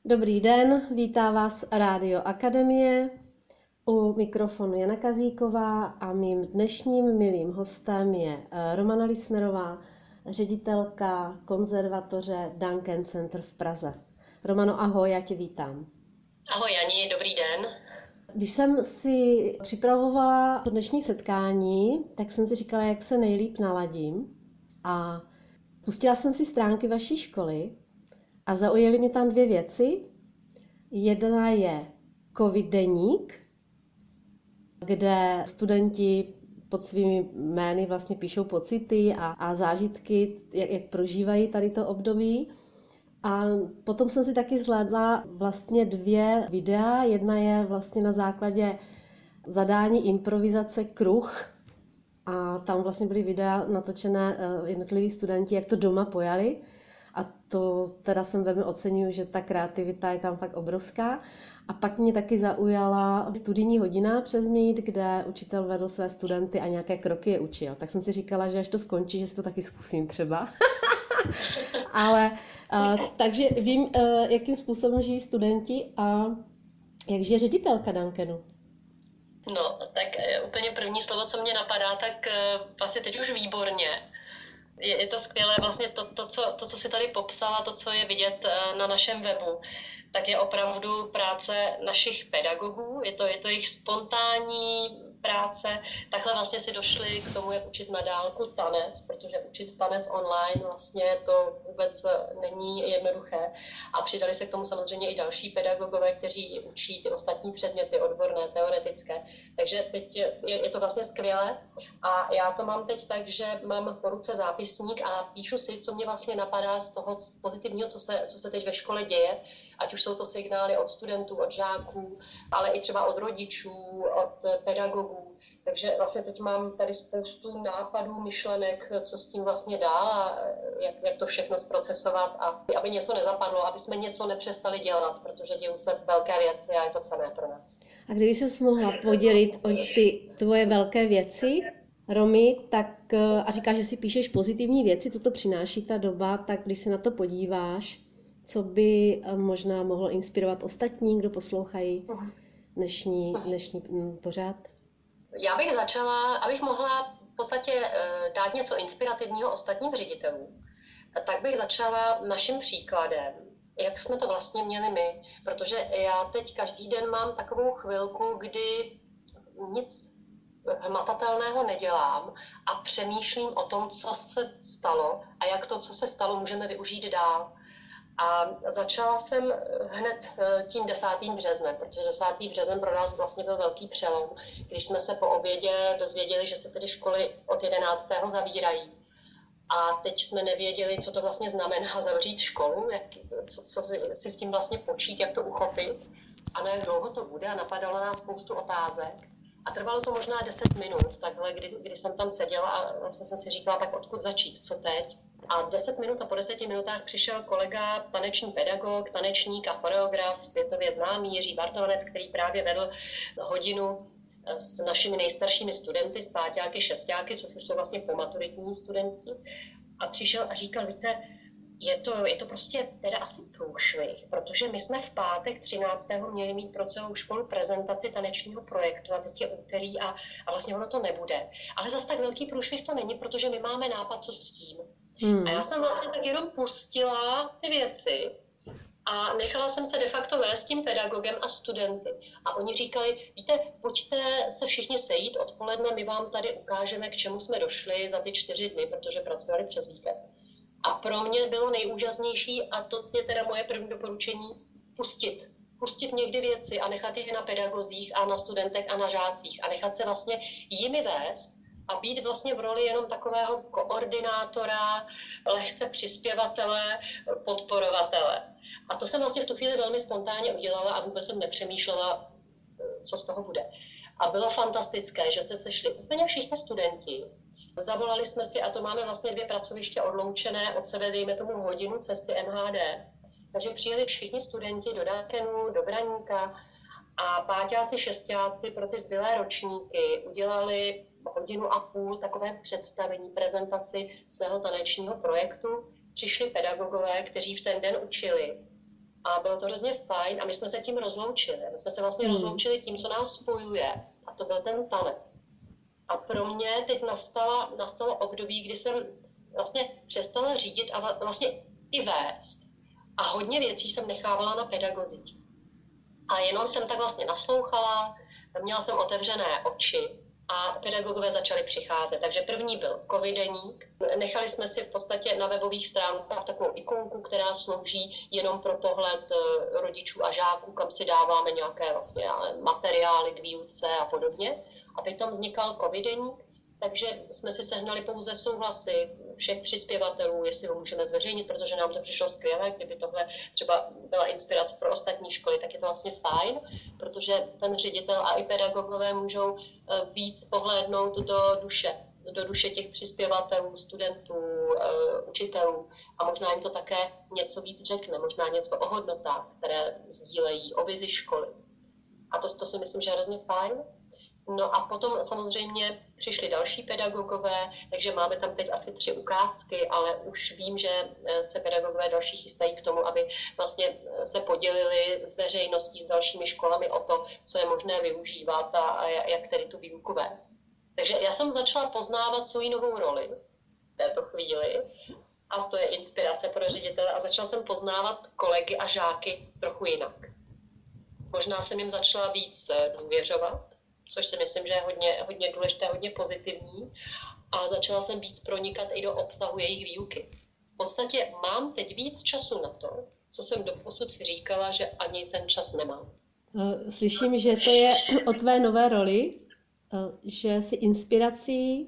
Dobrý den, vítá vás Rádio Akademie. U mikrofonu Jana Kazíková a mým dnešním milým hostem je Romana Lisnerová, ředitelka konzervatoře Duncan Center v Praze. Romano, ahoj, já tě vítám. Ahoj Jani, dobrý den. Když jsem si připravovala dnešní setkání, tak jsem si říkala, jak se nejlíp naladím a pustila jsem si stránky vaší školy a zaujaly mě tam dvě věci. Jedna je COVID deník, kde studenti pod svými jmény vlastně píšou pocity a zážitky, jak prožívají tady to období. A potom jsem si taky zhlédla vlastně dvě videa. Jedna je vlastně na základě zadání improvizace Kruh. A tam vlastně byly videa natočené jednotliví studenti, jak to doma pojali. A to teda jsem velmi oceňuji, že ta kreativita je tam fakt obrovská. A pak mě taky zaujala studijní hodina přes Meet, kde učitel vedl své studenty a nějaké kroky je učil. Tak jsem si říkala, že až to skončí, že si to taky zkusím třeba. Ale takže vím, jakým způsobem žijí studenti a jak žije ředitelka Duncanu. No, tak úplně první slovo, co mě napadá, tak vlastně teď už výborně. Je to skvělé, vlastně to, co si tady popsala, to, co je vidět na našem webu, tak je opravdu práce našich pedagogů, je to jejich spontánní práce. Takhle vlastně si došli k tomu, jak učit na dálku tanec, protože učit tanec online vlastně to vůbec není jednoduché. A přidali se k tomu samozřejmě i další pedagogové, kteří učí ty ostatní předměty, odborné, teoretické. Takže teď je to vlastně skvělé. A já to mám teď tak, že mám po ruce zápisník a píšu si, co mě vlastně napadá z toho pozitivního, co se teď ve škole děje. Ať už jsou to signály od studentů, od žáků, ale i třeba od rodičů, od pedagogů. Takže vlastně teď mám tady spoustu nápadů, myšlenek, co s tím vlastně dál a jak to všechno zprocesovat a aby něco nezapadlo, aby jsme něco nepřestali dělat, protože dějou se velké věci a je to cenné pro nás. A kdyby ses mohla podělit o ty tvoje velké věci, Romy, tak a říkáš, že si píšeš pozitivní věci, co to přináší ta doba, tak když se na to podíváš, co by možná mohlo inspirovat ostatní, kdo poslouchají dnešní pořad? Já bych začala, abych mohla v podstatě dát něco inspirativního ostatním ředitelům, tak bych začala naším příkladem, jak jsme to vlastně měli my, protože já teď každý den mám takovou chvilku, kdy nic hmatatelného nedělám a přemýšlím o tom, co se stalo a jak to, co se stalo, můžeme využít dál. A začala jsem hned tím 10. březnem, protože 10. březen pro nás vlastně byl velký přelom, když jsme se po obědě dozvěděli, že se tedy školy od 11. zavírají. A teď jsme nevěděli, co to vlastně znamená zavřít školu, co si s tím vlastně počít, jak to uchopit a na jak dlouho to bude a napadalo nás spoustu otázek. A trvalo to možná 10 minut, takhle, kdy jsem tam seděla a vlastně jsem si říkala, tak odkud začít, co teď. A 10 minut a po 10 minutách přišel kolega, taneční pedagog, tanečník a choreograf, světově známý Jiří Bartovanec, který právě vedl hodinu s našimi nejstaršími studenty, s páťáky, šestáky, což už jsou vlastně pomaturitní studenti. A přišel a říkal, víte, je to prostě teda asi průšvih, protože my jsme v pátek 13. měli mít pro celou školu prezentaci tanečního projektu a teď je úterý a vlastně ono to nebude. Ale zas tak velký průšvih to není, protože my máme nápad, co s tím. A já jsem vlastně tak jenom pustila ty věci a nechala jsem se de facto vést tím pedagogem a studenty. A oni říkali, víte, pojďte se všichni sejít odpoledne, my vám tady ukážeme, k čemu jsme došli za ty 4 dny, protože pracovali přes víkend. A pro mě bylo nejúžasnější, a to je teda moje první doporučení, pustit někdy věci a nechat je na pedagozích a na studentech a na žácích a nechat se vlastně jimi vést a být vlastně v roli jenom takového koordinátora, lehce přispěvatele, podporovatele. A to jsem vlastně v tu chvíli velmi spontánně udělala a vůbec jsem nepřemýšlela, co z toho bude. A bylo fantastické, že se sešli úplně všichni studenti. Zavolali jsme si, a to máme vlastně 2 pracoviště odloučené od sebe, dejme tomu hodinu cesty MHD. Takže přijeli všichni studenti do Duncanu, do Braníka a páťáci, šestáci pro ty zbylé ročníky udělali 1,5 hodiny takové představení, prezentaci svého tanečního projektu. Přišli pedagogové, kteří v ten den učili. a bylo to hrozně fajn a my jsme se tím rozloučili. My jsme se vlastně rozloučili tím, co nás spojuje a to byl ten tanec. A pro mě teď nastalo období, kdy jsem vlastně přestala řídit a vlastně i vést. A hodně věcí jsem nechávala na pedagozích. A jenom jsem tak vlastně naslouchala, měla jsem otevřené oči a pedagogové začali přicházet. Takže první byl covideník. Nechali jsme si v podstatě na webových stránkách takovou ikonku, která slouží jenom pro pohled rodičů a žáků, kam si dáváme nějaké vlastně materiály k výuce a podobně. A teď tam vznikal covideník, takže jsme si sehnali pouze souhlasy všech přispěvatelů, jestli ho můžeme zveřejnit, protože nám to přišlo skvělé, kdyby tohle třeba byla inspirace pro ostatní školy, tak je to vlastně fajn, protože ten ředitel a i pedagogové můžou víc pohlédnout do duše těch přispěvatelů, studentů, učitelů a možná jim to také něco víc řekne, možná něco o hodnotách, které sdílejí, o vizi školy. A to si myslím, že je hrozně fajn. No a potom samozřejmě přišli další pedagogové, takže máme tam teď asi 3 ukázky, ale už vím, že se pedagogové další chystají k tomu, aby vlastně se podělili s veřejností, s dalšími školami o to, co je možné využívat a jak tedy tu výuku vést. Takže já jsem začala poznávat svou novou roli v této chvíli a to je inspirace pro ředitele a začala jsem poznávat kolegy a žáky trochu jinak. Možná jsem jim začala víc důvěřovat, což si myslím, že je hodně důležité, hodně pozitivní. A začala jsem víc pronikat i do obsahu jejich výuky. V podstatě mám teď víc času na to, co jsem doposud si říkala, že ani ten čas nemám. Slyším, že to je o tvé nové roli, že si inspirací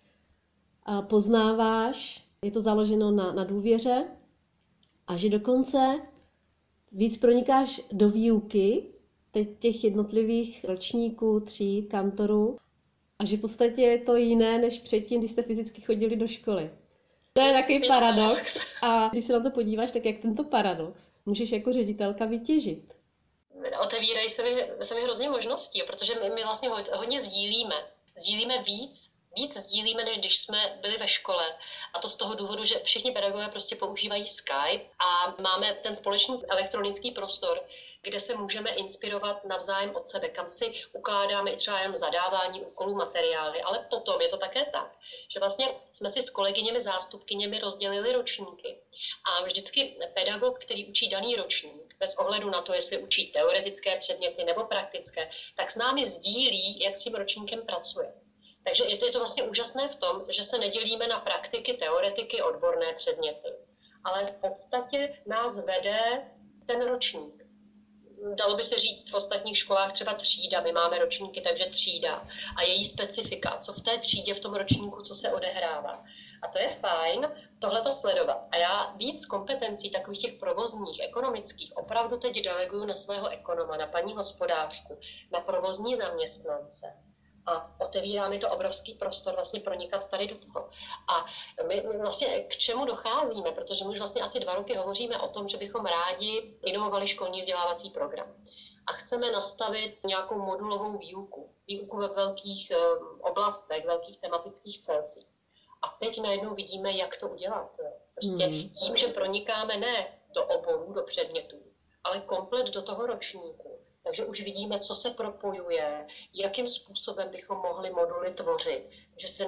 poznáváš, je to založeno na důvěře a že dokonce víc pronikáš do výuky těch jednotlivých ročníků, tříd, kantorů a že v podstatě je to jiné, než předtím, když jste fyzicky chodili do školy. To je takový paradox a když se na to podíváš, tak jak tento paradox můžeš jako ředitelka vytěžit? Otevírají se mi hrozně možností, protože my vlastně hodně sdílíme víc sdílíme, než když jsme byli ve škole. A to z toho důvodu, že všichni pedagogové prostě používají Skype a máme ten společný elektronický prostor, kde se můžeme inspirovat navzájem od sebe, kam si ukládáme i třeba jen zadávání úkolů, materiály, ale potom je to také tak, že vlastně jsme si s kolegyněmi, zástupkyněmi rozdělili ročníky. A vždycky pedagog, který učí daný ročník, bez ohledu na to, jestli učí teoretické předměty nebo praktické, tak s námi sdílí, jak s tím ročníkem pracuje. Takže je to vlastně úžasné v tom, že se nedělíme na praktiky, teoretiky, odborné předměty. Ale v podstatě nás vede ten ročník. Dalo by se říct v ostatních školách třeba třída, my máme ročníky, takže třída a její specifika, co v té třídě, v tom ročníku, co se odehrává. A to je fajn tohleto sledovat. A já víc kompetencí takových těch provozních, ekonomických opravdu teď deleguju na svého ekonoma, na paní hospodářku, na provozní zaměstnance. A otevírá mi to obrovský prostor vlastně pronikat tady do toho. A my vlastně k čemu docházíme, protože my už vlastně asi 2 roky hovoříme o tom, že bychom rádi inovovali školní vzdělávací program. A chceme nastavit nějakou modulovou výuku ve velkých oblastech, velkých tematických celcích. A teď najednou vidíme, jak to udělat. Prostě tím, že pronikáme ne do oborů, do předmětů, ale komplet do toho ročníku. Takže už vidíme, co se propojuje, jakým způsobem bychom mohli moduly tvořit. Že se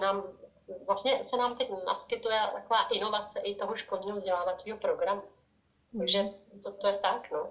nám teď naskytuje taková inovace i toho školního vzdělávacího programu. Takže to je tak, no.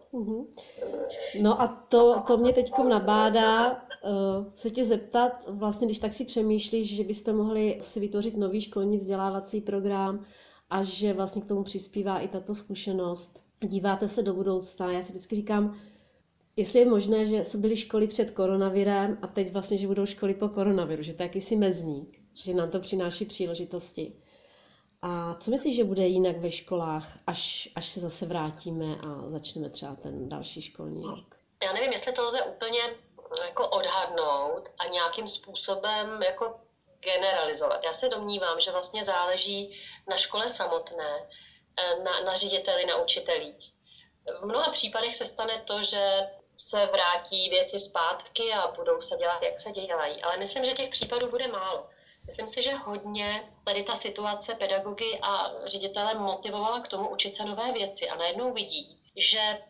No a to mě teď nabádá se tě zeptat, vlastně když tak si přemýšlíš, že byste mohli si vytvořit nový školní vzdělávací program a že vlastně k tomu přispívá i tato zkušenost. Díváte se do budoucna, já si vždycky říkám, jestli je možné, že byly školy před koronavirem a teď vlastně, že budou školy po koronaviru, že to je jakýsi mezník, že nám to přináší příležitosti. A co myslíš, že bude jinak ve školách, až se zase vrátíme a začneme třeba ten další školní rok? Já nevím, jestli to lze úplně jako odhadnout a nějakým způsobem jako generalizovat. Já se domnívám, že vlastně záleží na škole samotné, na řediteli, na učitelích. V mnoha případech se stane to, že se vrátí věci zpátky a budou se dělat, jak se dělají. Ale myslím, že těch případů bude málo. Myslím si, že hodně tady ta situace pedagogy a ředitele motivovala k tomu učit se nové věci a najednou vidí, že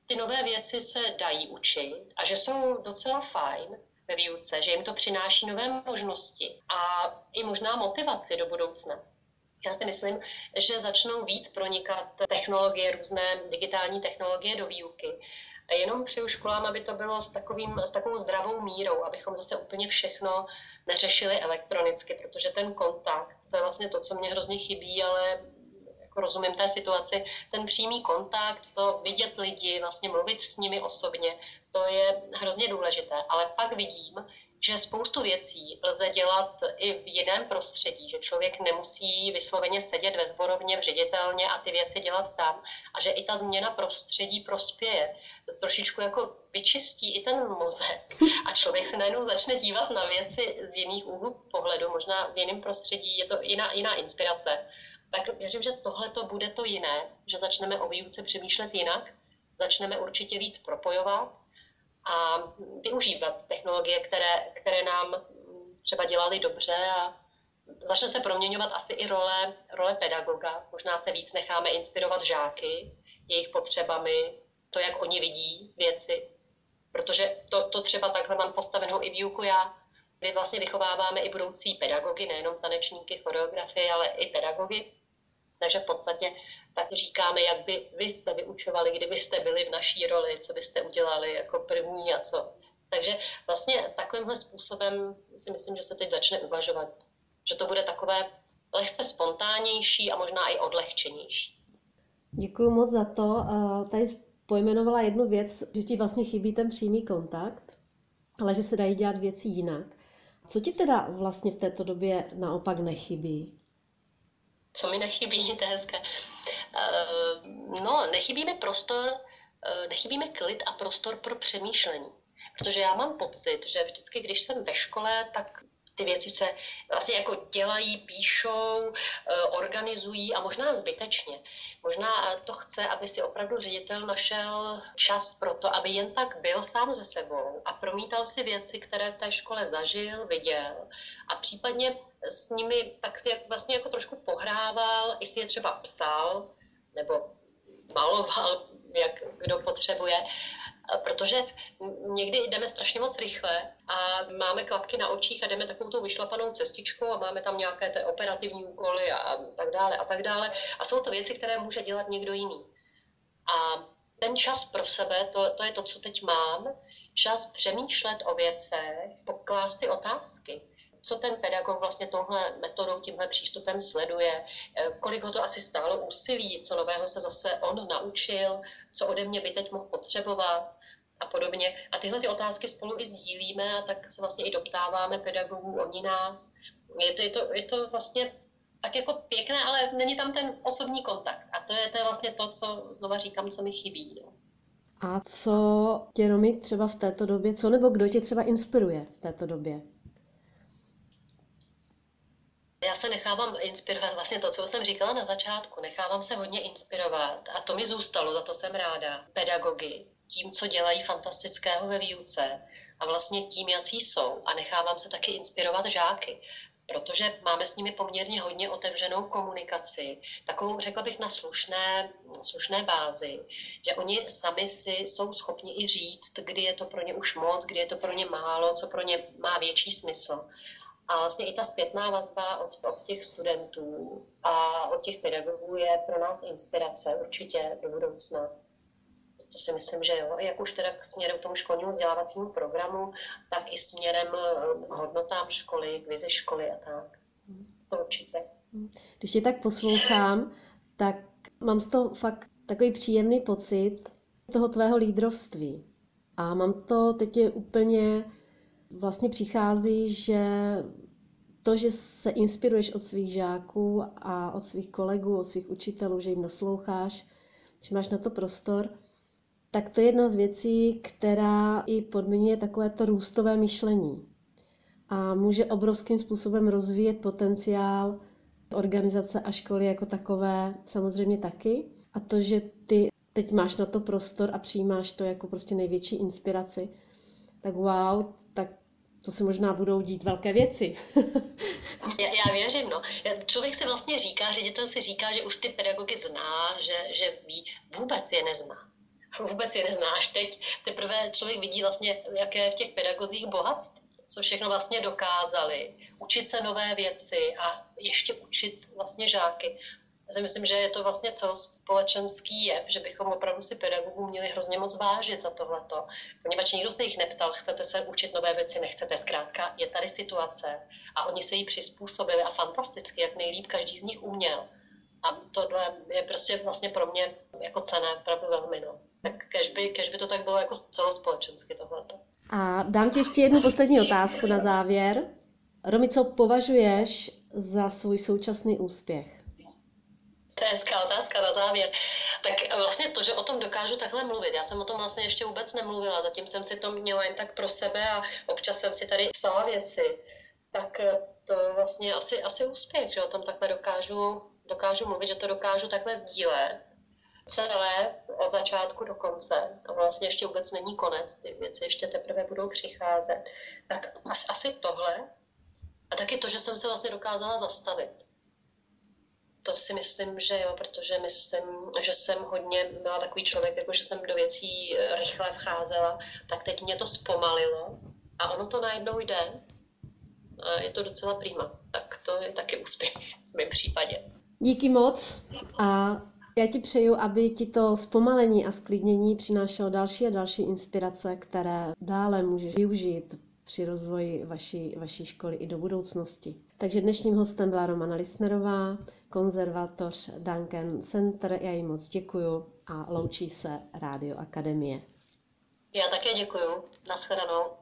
ty nové věci se dají učit a že jsou docela fajn ve výuce, že jim to přináší nové možnosti a i možná motivaci do budoucna. Já si myslím, že začnou víc pronikat technologie, různé digitální technologie do výuky. A jenom přeju školám, aby to bylo s takovou zdravou mírou, abychom zase úplně všechno neřešili elektronicky, protože ten kontakt, to je vlastně to, co mě hrozně chybí, ale jako rozumím té situaci, ten přímý kontakt, to vidět lidi, vlastně mluvit s nimi osobně, to je hrozně důležité. Ale pak vidím, že spoustu věcí lze dělat i v jiném prostředí, že člověk nemusí vysloveně sedět ve sborovně, v ředitelně a ty věci dělat tam a že i ta změna prostředí prospěje. Trošičku jako vyčistí i ten mozek a člověk se najednou začne dívat na věci z jiných úhlů pohledu, možná v jiném prostředí, je to jiná inspirace. Tak věřím, že tohle to bude to jiné, že začneme o výuce přemýšlet jinak, začneme určitě víc propojovat a využívat technologie, které nám třeba dělaly dobře a začne se proměňovat asi i role pedagoga. Možná se víc necháme inspirovat žáky, jejich potřebami, to, jak oni vidí věci, protože to třeba takhle mám postavenou i výuku já. My vlastně vychováváme i budoucí pedagogy, nejenom tanečníky, choreografy, ale i pedagogy. Takže v podstatě tak říkáme, jak by vy jste vyučovali, kdybyste byli v naší roli, co byste udělali jako první a co. Takže vlastně takovýmhle způsobem si myslím, že se teď začne uvažovat, že to bude takové lehce spontánnější a možná i odlehčenější. Děkuji moc za to. Tady pojmenovala jednu věc, že ti vlastně chybí ten přímý kontakt, ale že se dají dělat věci jinak. Co ti teda vlastně v této době naopak nechybí? Co mi nechybí, to je hezké. No, nechybí mi prostor, nechybí mi klid a prostor pro přemýšlení. Protože já mám pocit, že vždycky, když jsem ve škole, tak ty věci se vlastně jako dělají, píšou, organizují a možná zbytečně. Možná to chce, aby si opravdu ředitel našel čas pro to, aby jen tak byl sám se sebou a promítal si věci, které v té škole zažil, viděl a případně s nimi tak si vlastně jako trošku pohrával, i si je třeba psal nebo maloval, jak kdo potřebuje, protože někdy jdeme strašně moc rychle a máme klapky na očích a jdeme takovou tou vyšlapanou cestičkou a máme tam nějaké ty operativní úkoly a tak dále a tak dále. A jsou to věci, které může dělat někdo jiný. A ten čas pro sebe, to je to, co teď mám, čas přemýšlet o věcech, poklást si otázky. Co ten pedagog vlastně touhle metodou, tímhle přístupem sleduje, kolik ho to asi stálo úsilí, co nového se zase on naučil, co ode mě by teď mohl potřebovat a podobně. A tyhle ty otázky spolu i sdílíme a tak se vlastně i doptáváme pedagogů, oni nás. Je to vlastně tak jako pěkné, ale není tam ten osobní kontakt. A to je vlastně to, co znova říkám, co mi chybí. No. A co tě, Romy, třeba v této době, co nebo kdo tě třeba inspiruje v této době? Já se nechávám inspirovat, vlastně to, co jsem říkala na začátku, nechávám se hodně inspirovat a to mi zůstalo, za to jsem ráda. Pedagogy, tím, co dělají fantastického ve výuce a vlastně tím, jací jsou a nechávám se taky inspirovat žáky, protože máme s nimi poměrně hodně otevřenou komunikaci, takovou, řekla bych, na slušné bázi, že oni sami si jsou schopni i říct, kdy je to pro ně už moc, kdy je to pro ně málo, co pro ně má větší smysl. A vlastně i ta zpětná vazba od těch studentů a od těch pedagogů je pro nás inspirace určitě do budoucna. To si myslím, že jo. Jak už teda k směru k tomu školnímu vzdělávacímu programu, tak i směrem k hodnotám školy, k vizi školy a tak. To určitě. Když tě tak poslouchám, tak mám z toho fakt takový příjemný pocit toho tvého lídrovství. A mám to teď je úplně vlastně přichází, že to, že se inspiruješ od svých žáků a od svých kolegů, od svých učitelů, že jim nasloucháš, že máš na to prostor, tak to je jedna z věcí, která i podmiňuje takovéto růstové myšlení. A může obrovským způsobem rozvíjet potenciál organizace a školy jako takové samozřejmě taky. A to, že ty teď máš na to prostor a přijímáš to jako prostě největší inspiraci, tak wow, tak to se možná budou dít velké věci. Já věřím, no. Člověk si vlastně říká, ředitel si říká, že už ty pedagogy zná, že ví, vůbec je nezná. vůbec je neznáš. Teď teprve člověk vidí vlastně, jaké je v těch pedagozích bohatství, co všechno vlastně dokázali, učit se nové věci a ještě učit vlastně žáky. Já si myslím, že je to vlastně celospolečenský jev, že bychom opravdu si pedagogů měli hrozně moc vážit za tohleto. Poněvadž nikdo se jich neptal, chcete se učit nové věci, nechcete. Zkrátka je tady situace a oni se jí přizpůsobili a fantasticky, jak nejlíp každý z nich uměl. A tohle je prostě vlastně pro mě jako cenné, opravdu velmi. No. Tak kež by to tak bylo jako celospolečensky tohleto. A dám ti ještě jednu poslední otázku na závěr. Romi, co považuješ za svůj současný úspěch? To je hezká otázka na závěr. Tak vlastně to, že o tom dokážu takhle mluvit. Já jsem o tom vlastně ještě vůbec nemluvila, zatím jsem si to měla jen tak pro sebe a občas jsem si tady psala věci. Tak to vlastně asi úspěch, že o tom takhle dokážu mluvit, že to dokážu takhle sdílet. Celé od začátku do konce. To vlastně ještě vůbec není konec, ty věci ještě teprve budou přicházet. Tak asi tohle. A taky to, že jsem se vlastně dokázala zastavit. To si myslím, že jo, protože myslím, že jsem hodně byla takový člověk, jako že jsem do věcí rychle vcházela, tak teď mě to zpomalilo a ono to najednou jde. A je to docela prima. Tak to je taky úspěch v mém případě. Díky moc a já ti přeju, aby ti to zpomalení a sklidnění přinášelo další a další inspirace, které dále můžeš využít při rozvoji vaší školy i do budoucnosti. Takže dnešním hostem byla Romana Lissnerová, konzervatoř Duncan Center. Já jí moc děkuju a loučí se Rádio Akademie. Já také děkuju. Naschledanou.